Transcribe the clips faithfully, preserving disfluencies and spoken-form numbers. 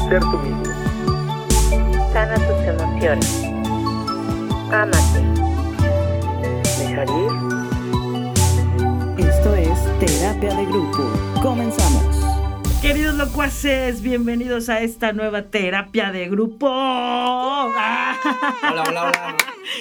Ser tú mismo. Sana tus emociones. Ámate. Dejar ir. Esto es Terapia de Grupo. Comenzamos. Queridos locuaces, bienvenidos a esta nueva Terapia de Grupo. Hola, hola, hola.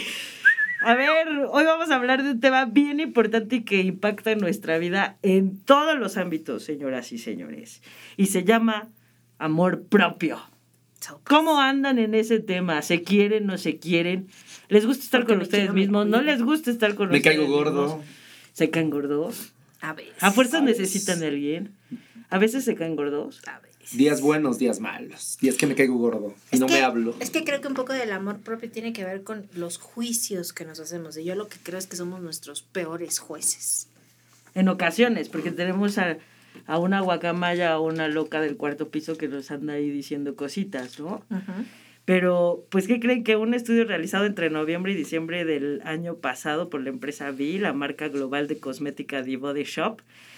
A ver, hoy vamos a hablar de un tema bien importante y que impacta en nuestra vida en todos los ámbitos, señoras y señores. Y se llama amor propio. ¿Cómo andan en ese tema? ¿Se quieren, no se quieren? ¿Les gusta estar Porque con ustedes mismos? ¿No les gusta estar con Me ustedes caigo gordo. mismos? ¿Se caen gordos? A veces. ¿A fuerzas a veces. necesitan de alguien? ¿A veces se caen gordos? A veces. Días buenos, días malos. Días que me caigo gordo y Es no que- me hablo. Es que creo que un poco del amor propio tiene que ver con los juicios que nos hacemos. Y yo lo que creo es que somos nuestros peores jueces. En ocasiones, porque tenemos a, a una guacamaya o una loca del cuarto piso que nos anda ahí diciendo cositas, ¿no? Uh-huh. Pero, pues, ¿qué creen? Que un estudio realizado entre noviembre y diciembre del año pasado por la empresa V, la marca global de cosmética The Body Shop,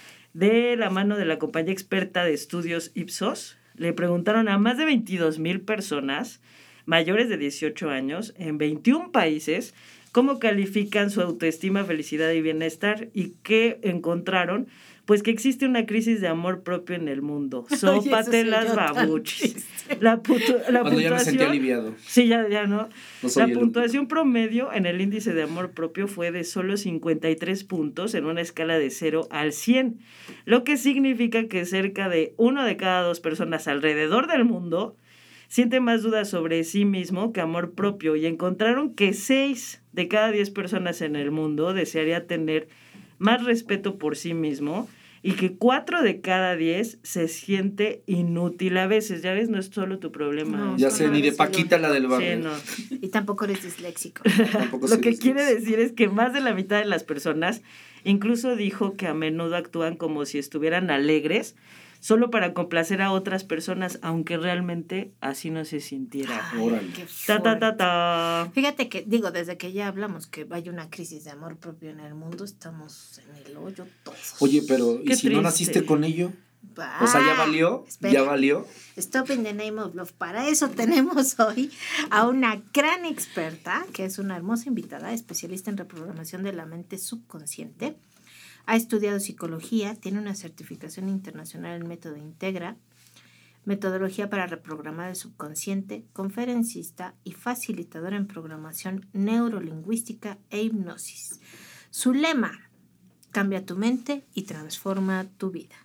de la mano de la compañía experta de estudios Ipsos, le preguntaron a más de veintidós mil personas mayores de dieciocho años en veintiún países cómo califican su autoestima, felicidad y bienestar, y qué encontraron. Pues que existe una crisis de amor propio en el mundo. Sópate sí, las yo babuchis. La, putu- la Cuando ya me sentí puntuación... aliviado. Sí, ya, ya no. No soy La el puntuación promedio en el índice de amor propio fue de solo cincuenta y tres puntos en una escala de cero al cien, lo que significa que cerca de uno de cada dos personas alrededor del mundo siente más dudas sobre sí mismo que amor propio, y encontraron que seis de cada diez personas en el mundo desearía tener más respeto por sí mismo, y que cuatro de cada diez se siente inútil a veces. Ya ves, no es solo tu problema. No, es- Ya Tú sé, no ni de eres el Paquita la del Sí, barrio. no. Y tampoco eres disléxico. Tampoco Lo soy que disléxico. quiere decir es que más de la mitad de las personas incluso dijo que a menudo actúan como si estuvieran alegres solo para complacer a otras personas, aunque realmente así no se sintiera. Ay, Órale. qué Ta, ta, ta, fuerte. ta. Fíjate que, digo, desde que ya hablamos que hay una crisis de amor propio en el mundo, estamos en el hoyo todos. Oye, pero ¿y Qué si no triste. naciste con ello? Ah, O sea, ¿ya valió? espera. ¿Ya valió? Stop in the name of love. Para eso tenemos hoy a una gran experta, que es una hermosa invitada, especialista en reprogramación de la mente subconsciente. Ha estudiado psicología, tiene una certificación internacional en método Integra, metodología para reprogramar el subconsciente, conferencista y facilitadora en programación neurolingüística e hipnosis. Su lema: cambia tu mente y transforma tu vida.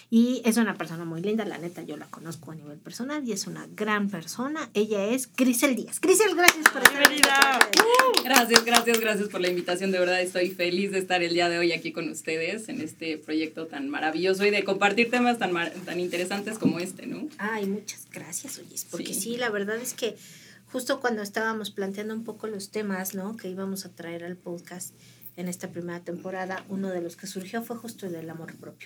Y es una persona muy linda, la neta, yo la conozco a nivel personal y es una gran persona. Ella es Grisel Díaz. Grisel, gracias por estar aquí. Bienvenida. Gracias, gracias, gracias por la invitación. De verdad estoy feliz de estar el día de hoy aquí con ustedes en este proyecto tan maravilloso y de compartir temas tan, mar- tan interesantes como este, ¿no? Ay, muchas gracias, Oyes, porque sí. Sí. la verdad es que justo cuando estábamos planteando un poco los temas, ¿no?, que íbamos a traer al podcast en esta primera temporada, uno de los que surgió fue justo el del amor propio.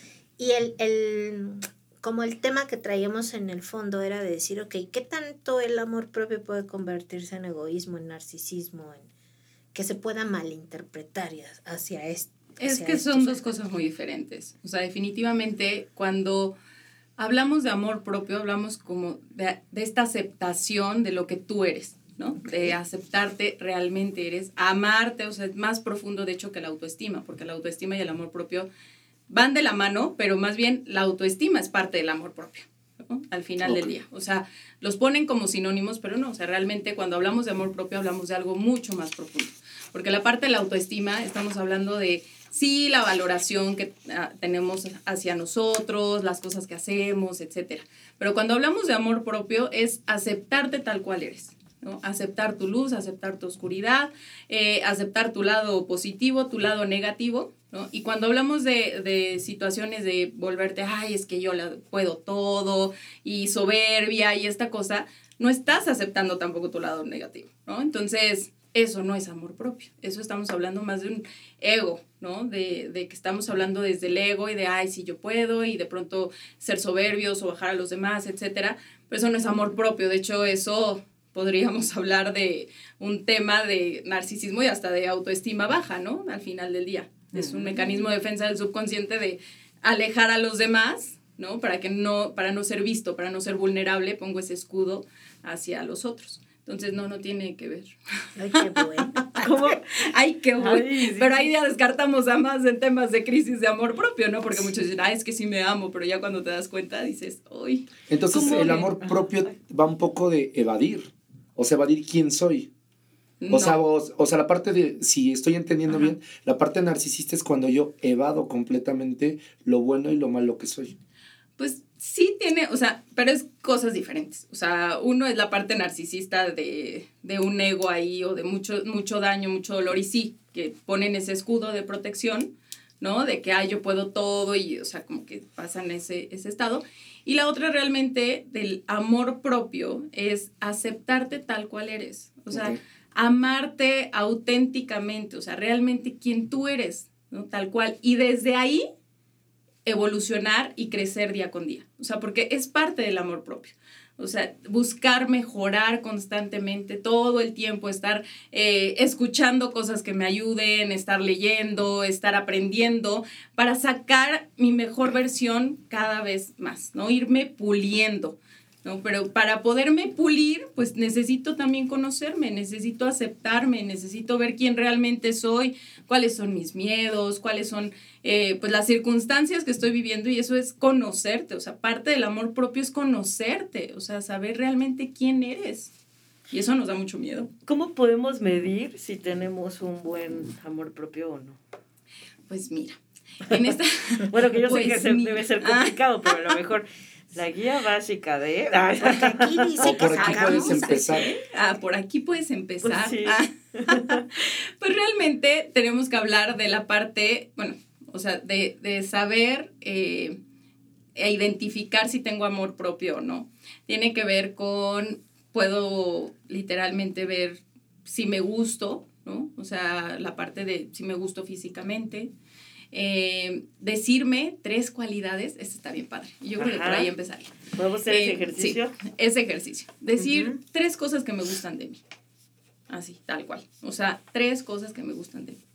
Y el, el, como el tema que traíamos en el fondo era de decir, ok, ¿qué tanto el amor propio puede convertirse en egoísmo, en narcisismo, en que se pueda malinterpretar y hacia esto? Es que son dos cosas muy diferentes. O sea, definitivamente cuando hablamos de amor propio, hablamos como de, de esta aceptación de lo que tú eres, ¿no? Okay. De aceptarte realmente eres, amarte, o sea, es más profundo de hecho que la autoestima, porque la autoestima y el amor propio van de la mano, pero más bien la autoestima es parte del amor propio, ¿no? Al final Okay. del día. O sea, los ponen como sinónimos, pero no, o sea, realmente cuando hablamos de amor propio hablamos de algo mucho más profundo. Porque la parte de la autoestima estamos hablando de, sí, la valoración que uh, tenemos hacia nosotros, las cosas que hacemos, etcétera. Pero cuando hablamos de amor propio es aceptarte tal cual eres, ¿no? Aceptar tu luz, aceptar tu oscuridad, eh, aceptar tu lado positivo, tu lado negativo, ¿no? Y cuando hablamos de, de situaciones de volverte, ay, es que yo la puedo todo, y soberbia y esta cosa, no estás aceptando tampoco tu lado negativo, ¿no? Entonces, eso no es amor propio. Eso estamos hablando más de un ego, ¿no? De, de que estamos hablando desde el ego y de, ay, sí, yo puedo, y de pronto ser soberbios o bajar a los demás, etcétera. Pero eso no es amor propio. De hecho, eso podríamos hablar de un tema de narcisismo y hasta de autoestima baja, ¿no? Al final del día. Es un mecanismo de defensa del subconsciente de alejar a los demás ¿no? Para que no, para no ser visto, para no ser vulnerable, pongo ese escudo hacia los otros. Entonces, no, no tiene que ver. Ay, qué bueno. ¿Cómo? Ay, qué bueno. Ay, sí. Pero ahí ya descartamos a más en temas de crisis de amor propio, ¿no? Porque muchos dicen, ah, es que sí me amo, pero ya cuando te das cuenta dices, uy. Entonces, ¿cómo el me- amor propio va un poco de evadir. O sea, evadir quién soy. O, No. sea, o, o sea, la parte de, si estoy entendiendo Ajá. bien, la parte narcisista es cuando yo evado completamente lo bueno y lo malo que soy. Pues sí tiene, o sea, pero es cosas diferentes. O sea, uno es la parte narcisista de, de un ego ahí o de mucho, mucho daño, mucho dolor, y sí, que ponen ese escudo de protección, ¿no? De que, ay, yo puedo todo y, o sea, como que pasan ese, ese estado. Y la otra realmente del amor propio es aceptarte tal cual eres. O sea, Ok. amarte auténticamente, o sea, realmente quien tú eres, ¿no? Tal cual. Y desde ahí evolucionar y crecer día con día. O sea, porque es parte del amor propio. O sea, buscar mejorar constantemente, todo el tiempo, estar eh, escuchando cosas que me ayuden, estar leyendo, estar aprendiendo, para sacar mi mejor versión cada vez más, ¿no? Irme puliendo, ¿no? Pero para poderme pulir, pues necesito también conocerme, necesito aceptarme, necesito ver quién realmente soy, cuáles son mis miedos, cuáles son eh, pues las circunstancias que estoy viviendo, y eso es conocerte. O sea, parte del amor propio es conocerte, o sea, saber realmente quién eres. Y eso nos da mucho miedo. ¿Cómo podemos medir si tenemos un buen amor propio o no? Pues mira, en esta... Bueno, que yo Pues sé que se- mira. debe ser complicado, pero a lo mejor la guía básica de... Ay, Porque aquí dice O por que aquí sacamos. puedes empezar. Ah, por aquí puedes empezar. Pues sí. Ah. Pues realmente tenemos que hablar de la parte, bueno, o sea, de, de saber eh, e identificar si tengo amor propio o no. Tiene que ver con, puedo literalmente ver si me gusto, ¿no? O sea, la parte de si me gusto físicamente. Eh, decirme tres cualidades, esto está bien padre. Yo creo que por Ajá. ahí empezaría. ¿Podemos hacer ese Eh, ejercicio? Sí, ese ejercicio. Decir Ujú. tres cosas que me gustan de mí. Así, tal cual. O sea, tres cosas que me gustan de mí.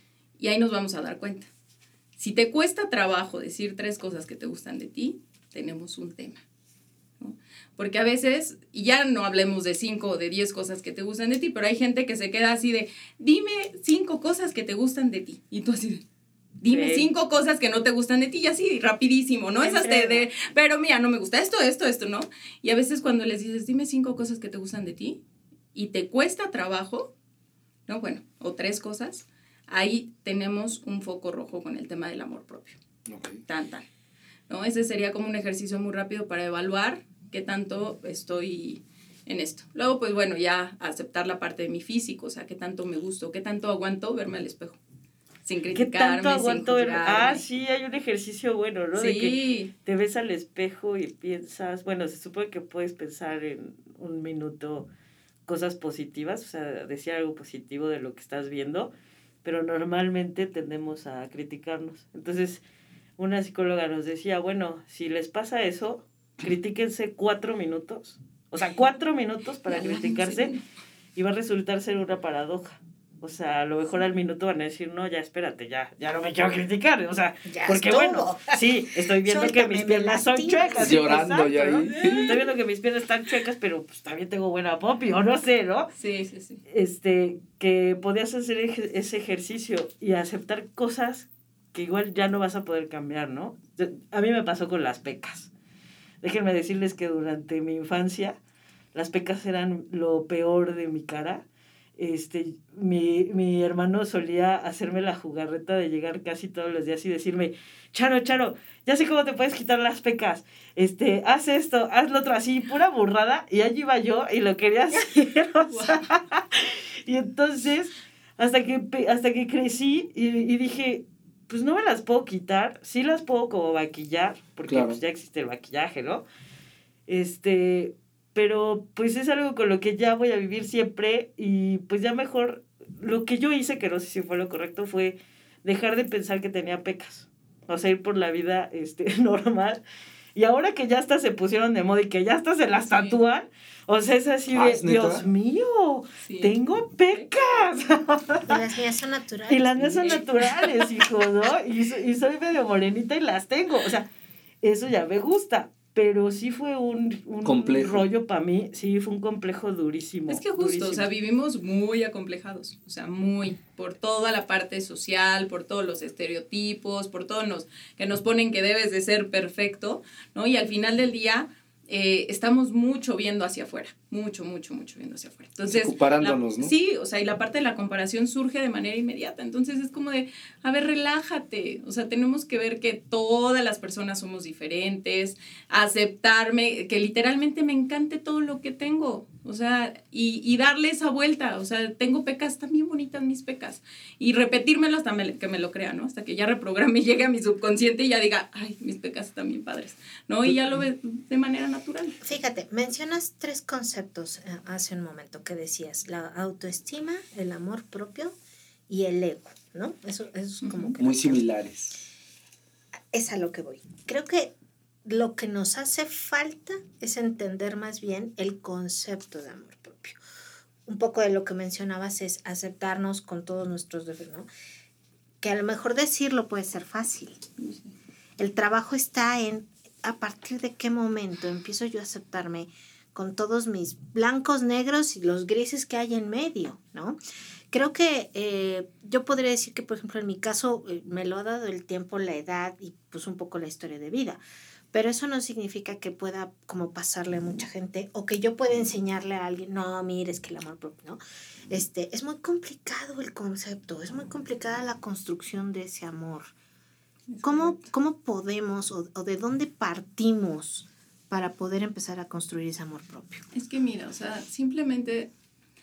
Y ahí nos vamos a dar cuenta. Si te cuesta trabajo decir tres cosas que te gustan de ti, tenemos un tema, ¿no? Porque a veces, y ya no hablemos de cinco o de diez cosas que te gustan de ti, pero hay gente que se queda así de, dime cinco cosas que te gustan de ti. Y tú así de, dime Sí. cinco cosas que no te gustan de ti, y así rapidísimo, ¿no? Es hasta de, pero mira, no me gusta esto, esto, esto, ¿no? Y a veces cuando les dices, dime cinco cosas que te gustan de ti, y te cuesta trabajo, ¿no? Bueno, o tres cosas, ahí tenemos un foco rojo con el tema del amor propio. Ok. Tan, tan. ¿No? Ese sería como un ejercicio muy rápido para evaluar qué tanto estoy en esto. Luego, pues bueno, ya aceptar la parte de mi físico, o sea, qué tanto me gusto, qué tanto aguanto verme al espejo. Sin ¿Qué criticarme, tanto aguanto sin ver? juzgarme. Ah, sí, hay un ejercicio bueno, ¿no? De que Sí, te ves al espejo y piensas, bueno, se supone que puedes pensar en un minuto cosas positivas, o sea, decir algo positivo de lo que estás viendo, pero normalmente tendemos a criticarnos. Entonces, una psicóloga nos decía, bueno, si les pasa eso, critíquense cuatro minutos, o sea, cuatro minutos para Ya, criticarse, sí. y va a resultar ser una paradoja. O sea, a lo mejor al minuto van a decir, no, ya espérate, ya, ya no me quiero criticar. O sea, Ya porque estuvo. bueno, sí, estoy viendo que Suéltame, mis me piernas son lastimas. chuecas. Llorando ya exacto, ahí. ¿no? Estoy viendo que mis piernas están chuecas, pero pues también tengo buena popi, o no sé, ¿no? Sí, sí, sí. Este, que podías hacer ej- ese ejercicio y aceptar cosas que igual ya no vas a poder cambiar, ¿no? Yo- A mí me pasó con las pecas. Déjenme decirles que durante mi infancia las pecas eran lo peor de mi cara. Este, mi, mi hermano solía hacerme la jugarreta de llegar casi todos los días y decirme, Charo, Charo, ya sé cómo te puedes quitar las pecas, este, haz esto, haz lo otro, así, pura burrada, y allí iba yo y lo quería hacer, o sea, y entonces, hasta que, pe- hasta que crecí y, y dije, pues no me las puedo quitar, sí las puedo como maquillar, porque Claro. pues ya existe el maquillaje, ¿no? Este, pero pues es algo con lo que ya voy a vivir siempre, y pues ya mejor, lo que yo hice, que no sé si fue lo correcto, fue dejar de pensar que tenía pecas, o sea, ir por la vida este, normal. Y ahora que ya hasta se pusieron de moda y que ya hasta se las Sí. tatúan, o sea, es así Ah, de, ¿es neta? Dios mío, Sí. tengo pecas. Y las mías son naturales. Y las mías son naturales, hijo, ¿no? Y, so- y soy medio morenita y las tengo. O sea, eso ya me gusta. Pero sí fue un, un complejo. rollo para mí, sí, fue un complejo durísimo. Es que justo, durísimo. o sea, vivimos muy acomplejados, o sea, muy, por toda la parte social, por todos los estereotipos, por todo nos, que nos ponen que debes de ser perfecto, ¿no? Y al final del día eh, estamos mucho viendo hacia afuera, mucho, mucho, mucho viendo hacia afuera. Entonces, comparándonos, la, ¿no? Sí, o sea, y la parte de la comparación surge de manera inmediata, entonces es como de, a ver, relájate, o sea, tenemos que ver que todas las personas somos diferentes, aceptarme, que literalmente me encante todo lo que tengo, o sea, y, y darle esa vuelta, o sea, tengo pecas, están bien bonitas mis pecas, y repetírmelo hasta me, que me lo crea, ¿no? Hasta que ya reprograme y llegue a mi subconsciente y ya diga, ay, mis pecas están bien padres, ¿no? Y ya lo ve de manera natural. Fíjate, mencionas tres conceptos eh, hace un momento que decías, la autoestima, el amor propio y el ego, ¿no? Eso, eso es como que... Muy similares. Es a lo que voy. Creo que lo que nos hace falta es entender más bien el concepto de amor propio. Un poco de lo que mencionabas es aceptarnos con todos nuestros defectos, ¿no? Que a lo mejor decirlo puede ser fácil. El trabajo está en a partir de qué momento empiezo yo a aceptarme con todos mis blancos, negros y los grises que hay en medio, ¿no? Creo que eh, yo podría decir que, por ejemplo, en mi caso eh, me lo ha dado el tiempo, la edad y pues un poco la historia de vida. Pero eso no significa que pueda como pasarle a mucha gente o que yo pueda enseñarle a alguien, no, mire, es que el amor propio, ¿no? Este, es muy complicado el concepto, es muy complicada la construcción de ese amor. ¿Cómo, cómo podemos o, o de dónde partimos para poder empezar a construir ese amor propio? Es que mira, o sea, simplemente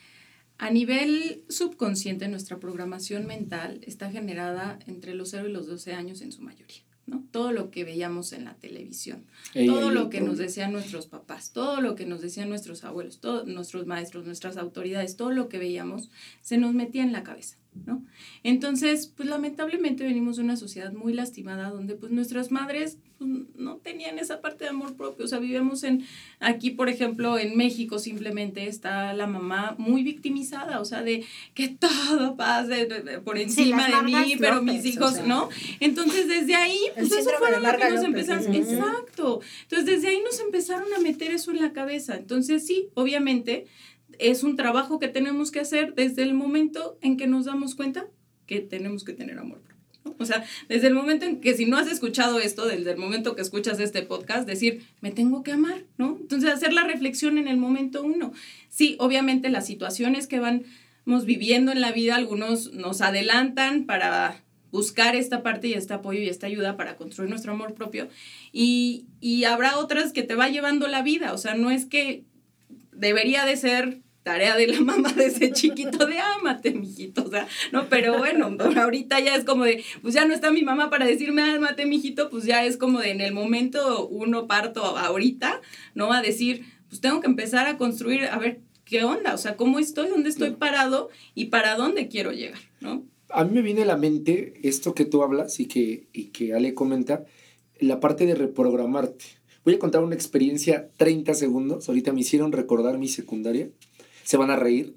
a nivel subconsciente nuestra programación mental está generada entre los cero y los doce años en su mayoría, ¿no? Todo lo que veíamos en la televisión, Ey, todo ey, lo ey, que todo. nos decían nuestros papás, todo lo que nos decían nuestros abuelos, todos nuestros maestros, nuestras autoridades, todo lo que veíamos se nos metía en la cabeza, ¿no? Entonces, pues lamentablemente venimos de una sociedad muy lastimada donde pues nuestras madres pues, no tenían esa parte de amor propio, o sea, vivíamos en, aquí por ejemplo en México simplemente está la mamá muy victimizada, o sea, de que todo pase de, de, por encima sí, de mí, Vargas pero López, mis hijos, o sea, ¿no? Entonces desde ahí, pues eso fue lo que nos empezaron, exacto, entonces desde ahí nos empezaron a meter eso en la cabeza, entonces sí, obviamente, es un trabajo que tenemos que hacer desde el momento en que nos damos cuenta que tenemos que tener amor propio, ¿no? O sea, desde el momento en que si no has escuchado esto, desde el momento que escuchas este podcast, decir, me tengo que amar, ¿no? Entonces, hacer la reflexión en el momento uno. Sí, obviamente las situaciones que vamos viviendo en la vida, algunos nos adelantan para buscar esta parte y este apoyo y esta ayuda para construir nuestro amor propio y, y habrá otras que te va llevando la vida, o sea, no es que debería de ser tarea de la mamá desde chiquito de ámate, mijito, o sea, no, pero bueno, ahorita ya es como de, pues ya no está mi mamá para decirme ámate, mijito, pues ya es como de en el momento uno parto ahorita, ¿no? A decir, pues tengo que empezar a construir, a ver, ¿qué onda? O sea, ¿cómo estoy? ¿Dónde estoy parado? ¿Y para dónde quiero llegar? ¿No? A mí me viene a la mente esto que tú hablas y que, y que Ale comenta, la parte de reprogramarte. Voy a contar una experiencia, treinta segundos. Ahorita me hicieron recordar mi secundaria. Se van a reír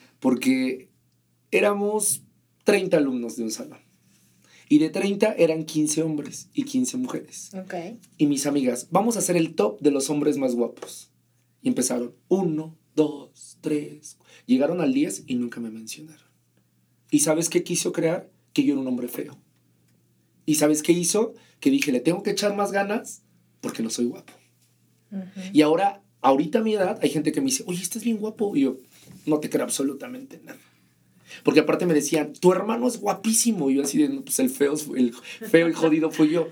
porque éramos treinta alumnos de un salón. Y de treinta eran quince hombres y quince mujeres. Okay. Y mis amigas, vamos a hacer el top de los hombres más guapos. Y empezaron, uno, dos, tres. Llegaron al diez y nunca me mencionaron. ¿Y sabes qué quiso crear? Que yo era un hombre feo. ¿Y sabes qué hizo? Que dije, le tengo que echar más ganas porque no soy guapo. Uh-huh. Y ahora, ahorita a mi edad, hay gente que me dice, oye, estás bien guapo. Y yo, no te creo absolutamente nada. Porque aparte me decían, tu hermano es guapísimo. Y yo así de, no, pues el feo, el feo y jodido fui yo.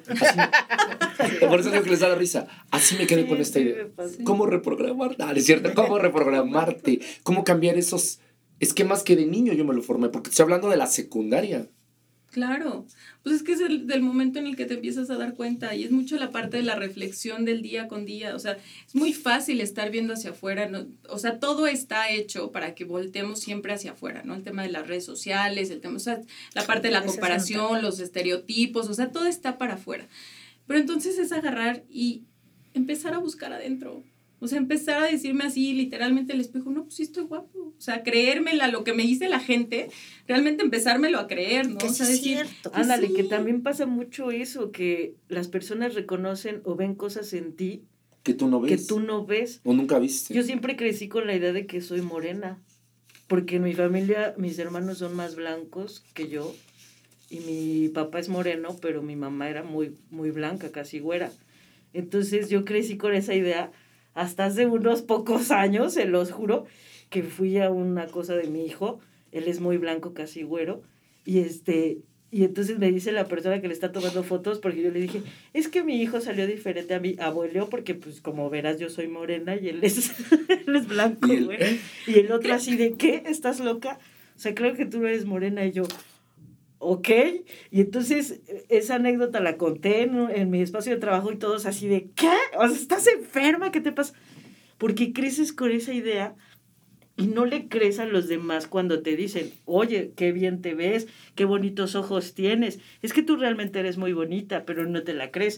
Así, por eso digo que les da la risa. Así me quedé sí, con esta sí idea. ¿Cómo reprogramar? No, es cierto. ¿Cómo reprogramarte? ¿Cómo cambiar esos esquemas que de niño yo me lo formé? Porque estoy hablando de la secundaria. Claro, pues es que es el del momento en el que te empiezas a dar cuenta y es mucho la parte de la reflexión del día con día, o sea, es muy fácil estar viendo hacia afuera, ¿no? O sea, todo está hecho para que volteemos siempre hacia afuera, ¿no? El tema de las redes sociales, el tema, o sea, la parte de la comparación, los estereotipos, o sea, todo está para afuera, pero entonces es agarrar y empezar a buscar adentro. O sea, empezar a decirme así literalmente al espejo, no, pues sí estoy guapo. O sea, creérmela, lo que me dice la gente, realmente empezármelo a creer, ¿no? Que o sea, sí es decir, cierto. pues Ándale, sí. que también pasa mucho eso, que las personas reconocen o ven cosas en ti Que tú no ves. que tú no ves. O nunca viste. Yo siempre crecí con la idea de que soy morena, porque en mi familia mis hermanos son más blancos que yo y mi papá es moreno, pero mi mamá era muy, muy blanca, casi güera. Entonces yo crecí con esa idea hasta hace unos pocos años, se los juro, que fui a una cosa de mi hijo, él es muy blanco, casi güero, y este... Y entonces me dice la persona que le está tomando fotos, porque yo le dije, es que mi hijo salió diferente a mi abuelo, porque pues como verás yo soy morena y él es, él es blanco, Y el- güey. Y el otro así de, ¿qué? ¿Estás loca? O sea, creo que tú no eres morena. Y yo, ok. Y entonces esa anécdota la conté en, en mi espacio de trabajo y todos así de, ¿qué? O sea, ¿estás enferma? ¿Qué te pasa? Porque creces con esa idea y no le crees a los demás cuando te dicen, oye, qué bien te ves, qué bonitos ojos tienes. Es que tú realmente eres muy bonita, pero no te la crees.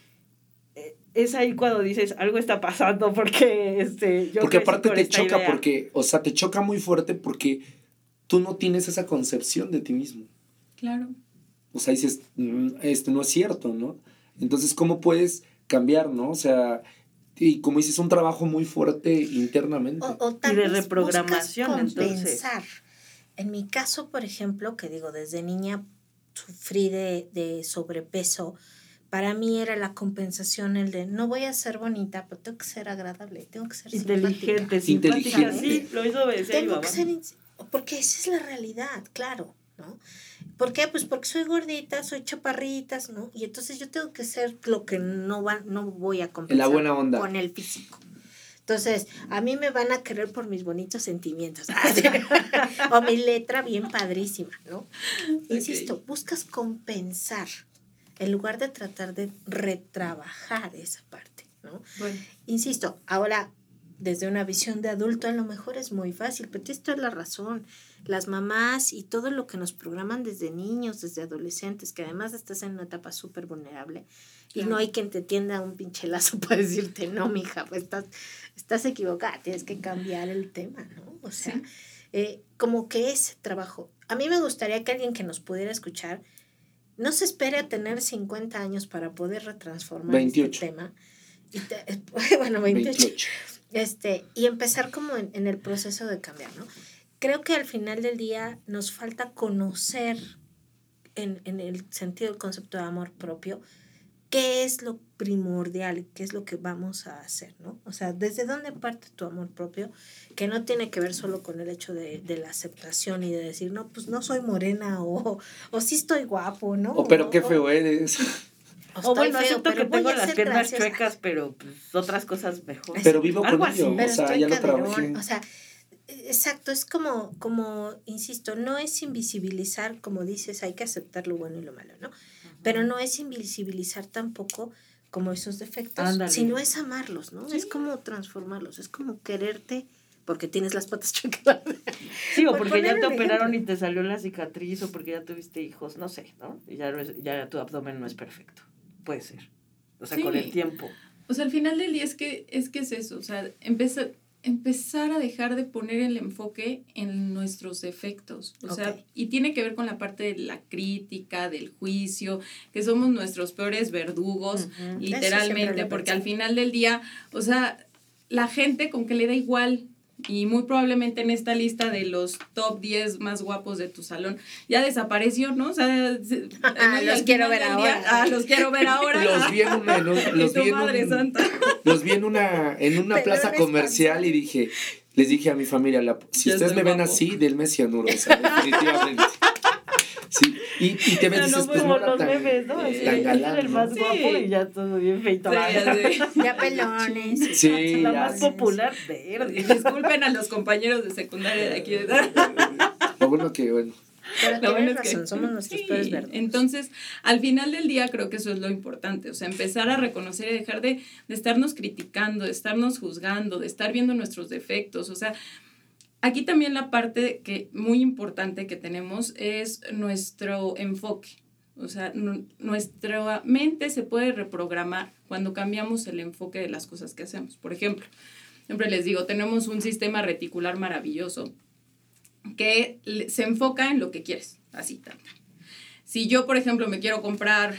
Eh, Es ahí cuando dices, algo está pasando porque este, yo Porque crecí aparte con te esta choca, idea. porque, o sea, te choca muy fuerte porque tú no tienes esa concepción de ti mismo. Claro. O sea, dices, "Mm, esto no es cierto, ¿no? Entonces, ¿cómo puedes cambiar, no? O sea, y como dices, un trabajo muy fuerte internamente. O, o tal Y de vez reprogramación, buscas entonces. compensar. En mi caso, por ejemplo, que digo, desde niña sufrí de, de sobrepeso, para mí era la compensación el de, no voy a ser bonita, pero tengo que ser agradable, tengo que ser Inteligente, simpática. simpática, Inteligente. sí, lo hizo me decía mi Tengo mamá. que ser, ins- porque esa es la realidad, claro, ¿no? ¿Por qué? Pues porque soy gordita, soy chaparritas, ¿no? Y entonces yo tengo que ser lo que no va, no voy a compensar buena onda. con el físico. Entonces, a mí me van a querer por mis bonitos sentimientos. O mi letra bien padrísima, ¿no? Insisto, buscas compensar en lugar de tratar de retrabajar esa parte, ¿no? Bueno, Insisto, ahora desde una visión de adulto a lo mejor es muy fácil, pero tienes toda la razón. Las mamás y todo lo que nos programan desde niños, desde adolescentes, que además estás en una etapa súper vulnerable y Claro. no hay quien te tienda un pinche lazo para decirte, no, mija, pues estás, estás equivocada, tienes que cambiar el tema, ¿no? O sea, Sí. eh, como que ese trabajo. A mí me gustaría que alguien que nos pudiera escuchar no se espere a tener cincuenta años para poder retransformar veintiocho. este tema. Y te- bueno, veintiocho. veintiocho. Este, y empezar como en, en el proceso de cambiar, ¿no? Creo que al final del día nos falta conocer en, en el sentido del concepto de amor propio qué es lo primordial, qué es lo que vamos a hacer, ¿no? O sea, ¿desde dónde parte tu amor propio? Que no tiene que ver solo con el hecho de, de la aceptación y de decir, no, pues no soy morena o, o sí estoy guapo, ¿no? O pero qué O- feo eres. o O estoy bueno, feo, acepto pero que voy tengo a las ser piernas graciosa. chuecas, pero pues, otras cosas mejor. Pero vivo Algo con así. ello. Pero O sea, estoy ya lo caderón, trabajé. o sea, exacto, es como, como, insisto, no es invisibilizar, como dices, hay que aceptar lo bueno y lo malo, ¿no? Pero no es invisibilizar tampoco como esos defectos, Ándale. sino es amarlos, ¿no? Es como transformarlos, es como quererte porque tienes las patas chuecas. Sí, o Por porque ya poner te un operaron ejemplo. y te salió la cicatriz, o porque ya tuviste hijos, no sé, ¿no? Y ya, no es- ya tu abdomen no es perfecto. Puede ser. O sea, Sí. con el tiempo. O sea, al final del día es que es, que es eso, o sea, empezar, empezar a dejar de poner el enfoque en nuestros defectos, o sea, Ok. y tiene que ver con la parte de la crítica, del juicio, que somos nuestros peores verdugos, Ujú. Eso siempre literalmente, lo he porque pensado. al final del día, o sea, la gente con que le da igual, y muy probablemente en esta lista de los top diez más guapos de tu salón, ya desapareció, ¿no? O sea, se- Ah, y los al quiero final ver del ahora. ah, los quiero ver ahora. Los vi en una, en un- Y los tu vi en madre un- santa. los vi en una, en una Pero plaza eres comercial panzón. y dije, les dije a mi familia, la- si Ya ustedes estoy me ven guapo. así, denme cianuro, o sea, definitivamente. Sí, y, y te ves Ya dices, no pues como no era los tan, memes, ¿no? Así, tan ese galán, era el ¿no? más Sí. guapo y ya todo bien feito. Sí, ya sé. Ya pelones. Sí, La ya. más popular, verde. Disculpen a los compañeros de secundaria de aquí. Lo bueno que, bueno, Pero Lo tienes bueno es razón, que- somos nuestros Sí, peores verdugos. entonces, al final del día creo que eso es lo importante, o sea, empezar a reconocer y dejar de, de estarnos criticando, de estarnos juzgando, de estar viendo nuestros defectos, o sea, aquí también la parte que muy importante que tenemos es nuestro enfoque. O sea, no, nuestra mente se puede reprogramar cuando cambiamos el enfoque de las cosas que hacemos. Por ejemplo, siempre les digo, tenemos un sistema reticular maravilloso que se enfoca en lo que quieres, así, tal, tal. Si yo, por ejemplo, me quiero comprar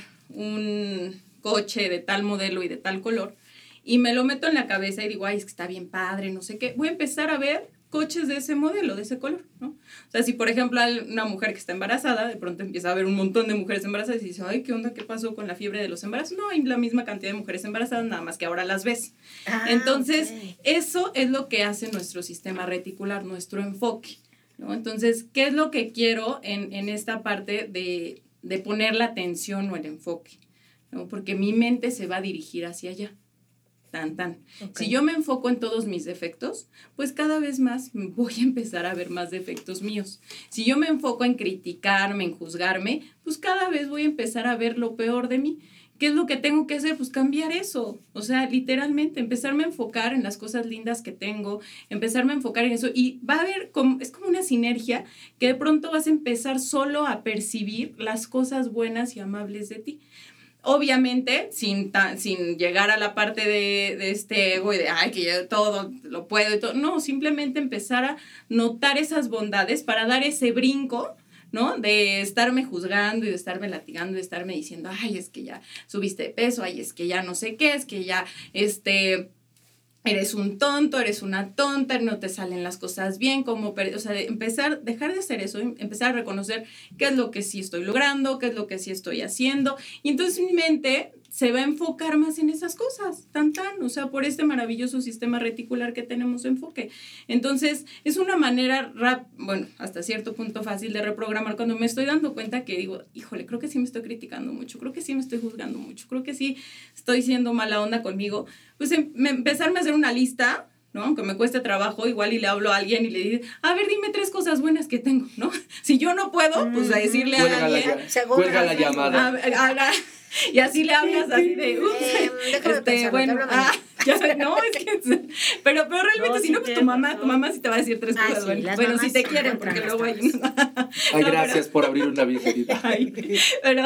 un coche de tal modelo y de tal color, y me lo meto en la cabeza y digo, ay, es que está bien padre, no sé qué, voy a empezar a ver coches de ese modelo, de ese color, ¿no? O sea, si por ejemplo hay una mujer que está embarazada, de pronto empieza a ver un montón de mujeres embarazadas y dice, ay, ¿qué onda? ¿Qué pasó con la fiebre de los embarazos? No, hay la misma cantidad de mujeres embarazadas, nada más que ahora las ves. Ah, Entonces, okay. Eso es lo que hace nuestro sistema reticular, nuestro enfoque, ¿no? Entonces, ¿qué es lo que quiero en, en esta parte de, de poner la atención o el enfoque? ¿No? Porque mi mente se va a dirigir hacia allá. Tan, tan. Okay. Si yo me enfoco en todos mis defectos, pues cada vez más voy a empezar a ver más defectos míos. Si yo me enfoco en criticarme, en juzgarme, pues cada vez voy a empezar a ver lo peor de mí. ¿Qué es lo que tengo que hacer? Pues cambiar eso. O sea, literalmente, empezarme a enfocar en las cosas lindas que tengo, empezarme a enfocar en eso. Y va a haber, como, es como una sinergia que de pronto vas a empezar solo a percibir las cosas buenas y amables de ti. Obviamente, sin, ta, sin llegar a la parte de, de este ego y de, ay, que yo todo lo puedo y todo. No, simplemente empezar a notar esas bondades para dar ese brinco, ¿no? De estarme juzgando y de estarme latigando, de estarme diciendo, ay, es que ya subiste de peso, ay, es que ya no sé qué, es que ya, este... eres un tonto, eres una tonta, no te salen las cosas bien, como, o sea, de empezar, dejar de hacer eso, empezar a reconocer qué es lo que sí estoy logrando, qué es lo que sí estoy haciendo, y entonces mi mente se va a enfocar más en esas cosas, tan tan, o sea, por este maravilloso sistema reticular que tenemos de enfoque. Entonces, es una manera, rap, bueno, hasta cierto punto fácil de reprogramar cuando me estoy dando cuenta que digo, híjole, creo que sí me estoy criticando mucho, creo que sí me estoy juzgando mucho, creo que sí estoy siendo mala onda conmigo, pues em, empezarme a hacer una lista, ¿no? Aunque me cueste trabajo, igual y le hablo a alguien y le digo, a ver, dime tres cosas buenas que tengo, ¿no? Si yo no puedo, pues a decirle cuelga a alguien. La, cuelga la llamada. A, a, a, y así le hablas así de, ups, eh, déjame este, pensar, bueno, ah, ya sé, no, es que, pero, pero realmente no, si sí no, pues tu mamá, no. tu mamá sí te va a decir tres ah, cosas sí, buenas. Bueno, si te quieren, porque luego hay una... Ay, no, gracias pero, por abrir una virgenita. Ay, pero,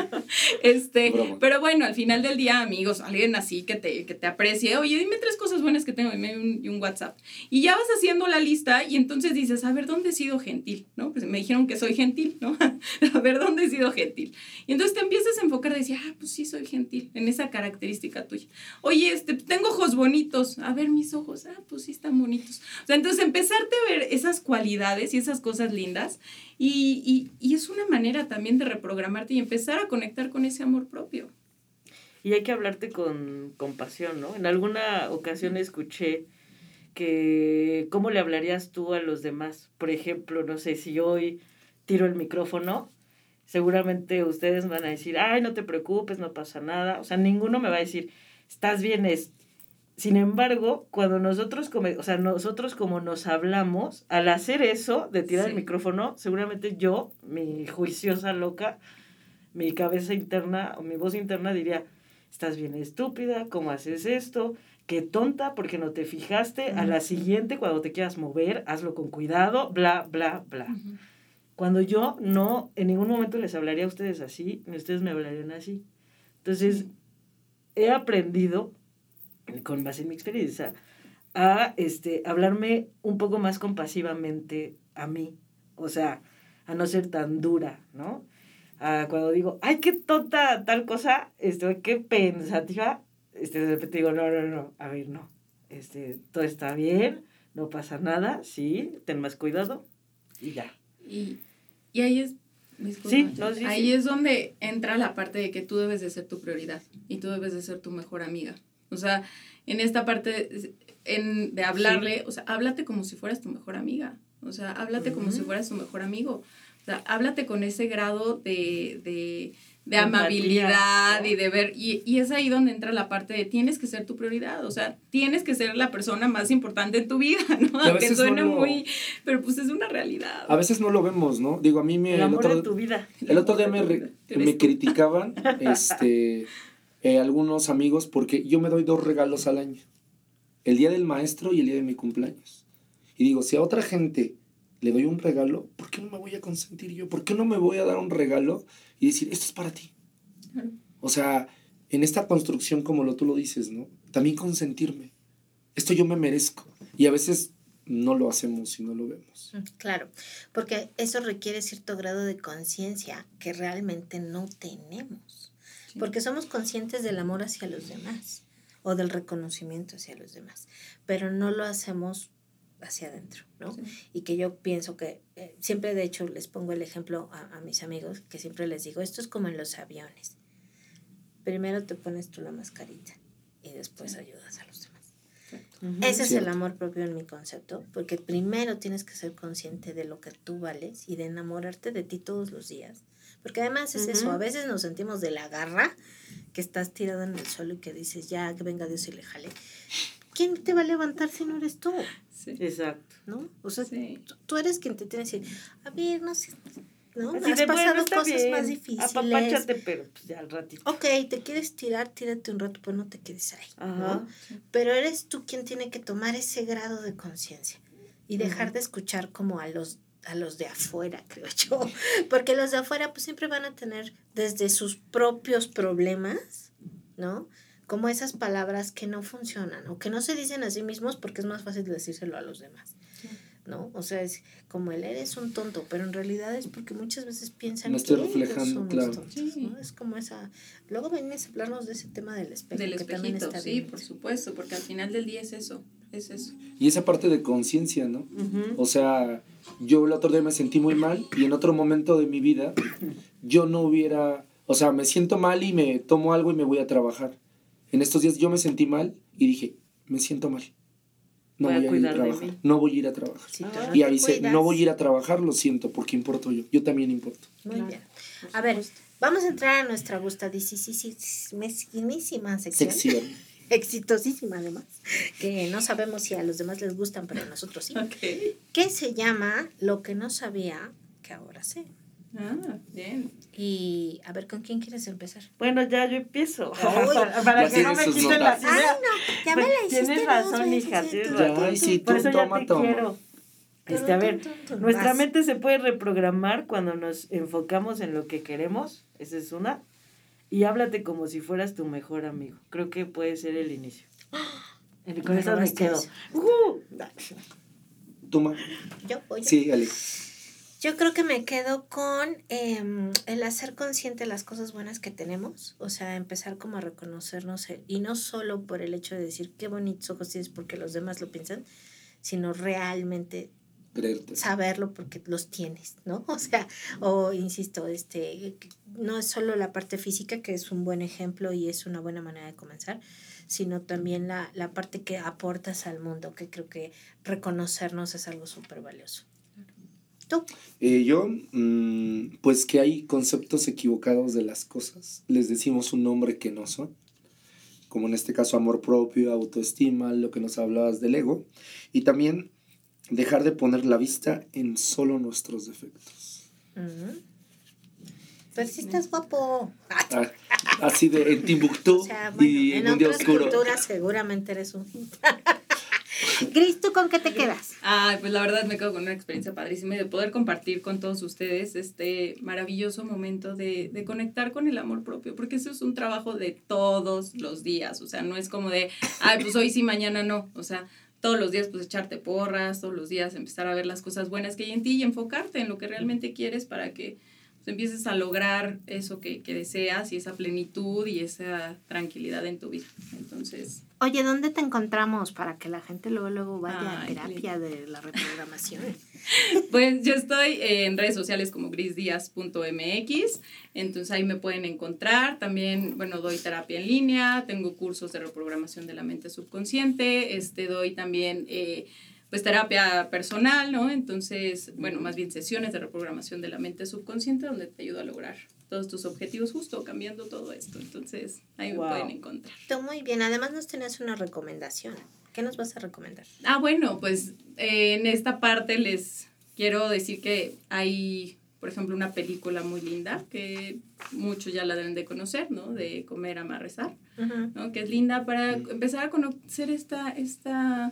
este, Broma. pero bueno, al final del día, amigos, alguien así que te, que te aprecie, oye, dime tres cosas buenas que tengo, dime un, y un WhatsApp. Y ya vas haciendo la lista y entonces dices, a ver, ¿dónde he sido gentil? ¿No? Pues me dijeron que soy gentil, ¿no? A ver, ¿dónde he sido gentil? Y entonces te empiezas a enfocar y decir, ah, pues sí, soy gentil, en esa característica tuya. Oye, este, tengo ojos bonitos, a ver mis ojos, ah, pues sí están bonitos. O sea, entonces empezarte a ver esas cualidades y esas cosas lindas y, y, y es una manera también de reprogramarte y empezar a conectar con ese amor propio. Y hay que hablarte con compasión, ¿no? En alguna ocasión escuché que cómo le hablarías tú a los demás. Por ejemplo, no sé, si yo hoy tiro el micrófono, seguramente ustedes van a decir, ay, no te preocupes, no pasa nada. O sea, ninguno me va a decir, estás bien, es... Sin embargo, cuando nosotros, como, o sea, nosotros como nos hablamos, al hacer eso, de tirar sí. el micrófono, seguramente yo, mi juiciosa loca, mi cabeza interna o mi voz interna diría, estás bien estúpida, ¿cómo haces esto? Qué tonta, porque no te fijaste. Uh-huh. A la siguiente, cuando te quieras mover, hazlo con cuidado, bla, bla, bla. Uh-huh. Cuando yo no, en ningún momento les hablaría a ustedes así, ni ustedes me hablarían así. Entonces, uh-huh. he aprendido, con base en mi experiencia, a este, hablarme un poco más compasivamente a mí, o sea, a no ser tan dura, ¿no? A cuando digo, ay, qué tonta tal cosa, este, qué pensativa, este, de repente digo, no, no, no, a ver, no, este, todo está bien, no pasa nada, sí, ten más cuidado, y ya. Y, y ahí es, sí, no, sí, ahí sí. es donde entra la parte de que tú debes de ser tu prioridad, y tú debes de ser tu mejor amiga. O sea, en esta parte en, de hablarle, sí. o sea, háblate como si fueras tu mejor amiga. O sea, háblate uh-huh. como si fueras tu mejor amigo. O sea, háblate con ese grado de, de, de amabilidad, ¿no? Y de ver, y, y es ahí donde entra la parte de tienes que ser tu prioridad. O sea, tienes que ser la persona más importante en tu vida, ¿no? Aunque suene no lo... muy, pero pues es una realidad. A veces no lo vemos, ¿no? Digo, a mí me... El amor el otro, de tu vida. El otro día me, re, me criticaban, este... Eh, algunos amigos, porque yo me doy dos regalos al año, el día del maestro y el día de mi cumpleaños, y digo, si a otra gente le doy un regalo, ¿por qué no me voy a consentir yo? ¿Por qué no me voy a dar un regalo y decir, esto es para ti? Claro. O sea, en esta construcción, como lo, tú lo dices, ¿no? También consentirme. Esto yo me merezco. Y a veces no lo hacemos y no lo vemos. Claro, porque eso requiere cierto grado de conciencia que realmente no tenemos. Sí. Porque somos conscientes del amor hacia los demás o del reconocimiento hacia los demás, pero no lo hacemos hacia adentro, ¿no? Sí. Y que yo pienso que eh, siempre, de hecho, les pongo el ejemplo a, a mis amigos, que siempre les digo, esto es como en los aviones. Primero te pones tú la mascarita y después ayudas a los demás. Uh-huh. Ese es Cierto. El amor propio en mi concepto, porque primero tienes que ser consciente de lo que tú vales y de enamorarte de ti todos los días, porque además es uh-huh. eso, a veces nos sentimos de la garra, que estás tirado en el suelo y que dices, ya, que venga Dios y le jale. ¿Quién te va a levantar si no eres tú? Sí. Exacto. ¿No? O sea, sí. tú, tú eres quien te tiene que decir, a ver, no sé, ¿no? Así has de, pasado bueno, cosas bien. más difíciles. Apapáchate, pero pues ya al ratito. Ok, te quieres tirar, tírate un rato, pues no te quedes ahí. Ajá. ¿No? Pero eres tú quien tiene que tomar ese grado de conciencia y dejar uh-huh. de escuchar como a los, a los de afuera, creo yo. Porque los de afuera pues siempre van a tener desde sus propios problemas, ¿no? Como esas palabras que no funcionan o que no se dicen a sí mismos porque es más fácil decírselo a los demás. Sí. ¿No? O sea, es como el eres un tonto, pero en realidad es porque muchas veces piensan no estoy que reflejando, somos claro. tontos, ¿no? Es como esa... Luego venís a hablarnos de ese tema del espejo. Del que espejito, también está sí, bien. por supuesto, porque al final del día es eso, es eso. Y esa parte de conciencia, ¿no? Uh-huh. O sea, yo el otro día me sentí muy mal y en otro momento de mi vida yo no hubiera... O sea, me siento mal y me tomo algo y me voy a trabajar. En estos días yo me sentí mal y dije, me siento mal. No voy, voy a, a ir a trabajar. No voy a ir a trabajar. Sí, ah, y avisé, no voy a ir a trabajar, lo siento, porque importo yo. Yo también importo. Muy claro. bien. A ver, vamos a entrar a nuestra gustadísima sección. Sección. Exitosísima, además. Que no sabemos si a los demás les gustan, pero a nosotros sí. Okay. Que se llama Lo que no sabía que ahora sé. Ah, bien. Y a ver, ¿con quién quieres empezar? Bueno, ya yo empiezo. Uy, para para ya que no me quiten las ideas. Ay, no, ya me la hiciste. Tienes razón, hija, tienes razón. Ay, sí, Por tú, eso toma, ya te toma. quiero. Este, a ver, nuestra mente se puede reprogramar cuando nos enfocamos en lo que queremos. Esa es una. Y háblate como si fueras tu mejor amigo. Creo que puede ser el inicio. Y con eso me quedo. Uh, Toma. Yo, voy yo. Sí, Alex. Yo creo que me quedo con eh, el hacer consciente las cosas buenas que tenemos, o sea, empezar como a reconocernos, y no solo por el hecho de decir qué bonitos ojos tienes porque los demás lo piensan, sino realmente creerte, saberlo porque los tienes, ¿no? O sea, o insisto, este, no es solo la parte física, que es un buen ejemplo y es una buena manera de comenzar, sino también la, la parte que aportas al mundo, que creo que reconocernos es algo súper valioso. ¿Tú? Eh, yo, mmm, pues que hay conceptos equivocados de las cosas. Les decimos un nombre que no son. Como en este caso amor propio, autoestima, lo que nos hablabas del ego. Y también dejar de poner la vista en solo nuestros defectos. Uh-huh. Pero si estás guapo. Ah, así de en Timbuktu, o sea, bueno, y en, en un día otras oscuro. culturas seguramente eres un... Gris, ¿tú con qué te quedas? Ah, pues la verdad me quedo con una experiencia padrísima y de poder compartir con todos ustedes este maravilloso momento de, de conectar con el amor propio, porque eso es un trabajo de todos los días, o sea, no es como de, ay, pues hoy sí, mañana no, o sea, todos los días pues echarte porras, todos los días empezar a ver las cosas buenas que hay en ti y enfocarte en lo que realmente quieres para que pues, empieces a lograr eso que, que deseas y esa plenitud y esa tranquilidad en tu vida. Entonces... Oye, ¿dónde te encontramos para que la gente luego luego vaya Ay, a terapia de la reprogramación? Pues yo estoy en redes sociales como grisdias punto m x, entonces ahí me pueden encontrar. También, bueno, doy terapia en línea, tengo cursos de reprogramación de la mente subconsciente, este, doy también... Eh, pues terapia personal, ¿no? Entonces, bueno, más bien sesiones de reprogramación de la mente subconsciente donde te ayudo a lograr todos tus objetivos justo cambiando todo esto. Entonces, ahí wow. me pueden encontrar. Tú muy bien. Además nos tenías una recomendación. ¿Qué nos vas a recomendar? Ah, bueno, pues eh, en esta parte les quiero decir que hay, por ejemplo, una película muy linda que muchos ya la deben de conocer, ¿no? De Comer, Amar, Rezar, uh-huh. ¿no? Que es linda para empezar a conocer esta... esta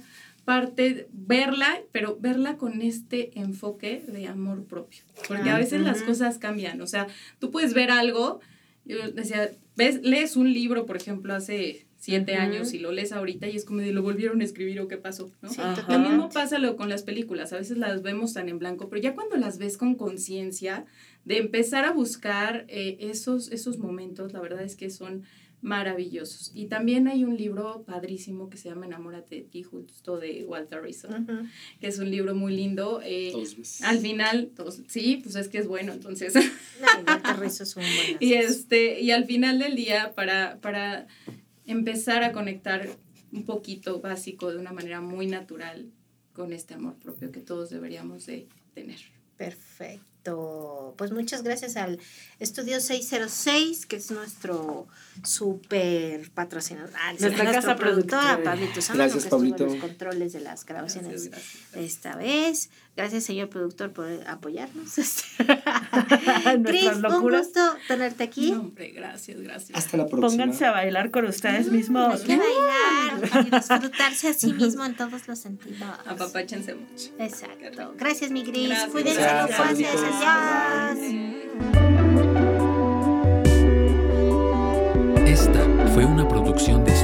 parte, verla, pero verla con este enfoque de amor propio. Porque a veces las cosas cambian. O sea, tú puedes ver algo, yo decía, ves, lees un libro, por ejemplo, hace siete uh-huh. años y lo lees ahorita y es como de lo volvieron a escribir o qué pasó, ¿no? Sí, lo mismo pasa lo, con las películas, a veces las vemos tan en blanco, pero ya cuando las ves con conciencia de empezar a buscar eh, esos, esos momentos, la verdad es que son maravillosos. Y también hay un libro padrísimo que se llama Enamórate de ti, justo de Walter Rizzo, uh-huh. que es un libro muy lindo. Eh, dos veces. Al final, dos, sí, pues es que es bueno, entonces. No, Walter Rizzo es un buen y este Y al final del día, para, para empezar a conectar un poquito básico, de una manera muy natural, con este amor propio que todos deberíamos de tener. Perfecto. Pues muchas gracias al Estudio seiscientos seis, que es nuestro súper patrocinador. Ah, Nuestra casa productora. Pablito Sámano, Gracias, que Pablito. estuvo en los controles de las grabaciones gracias, gracias. esta vez. Gracias, señor productor, por apoyarnos. Cris, un gusto tenerte aquí. No, hombre, gracias, gracias. Hasta la próxima. Pónganse a bailar con ustedes mm, mismos. Hay que bailar y disfrutarse a sí mismo en todos los sentidos. Apapáchense mucho. Exacto. Gracias, mi Cris. Gracias. Cuídense, Gracias. no pases. Adiós. Esta fue una producción de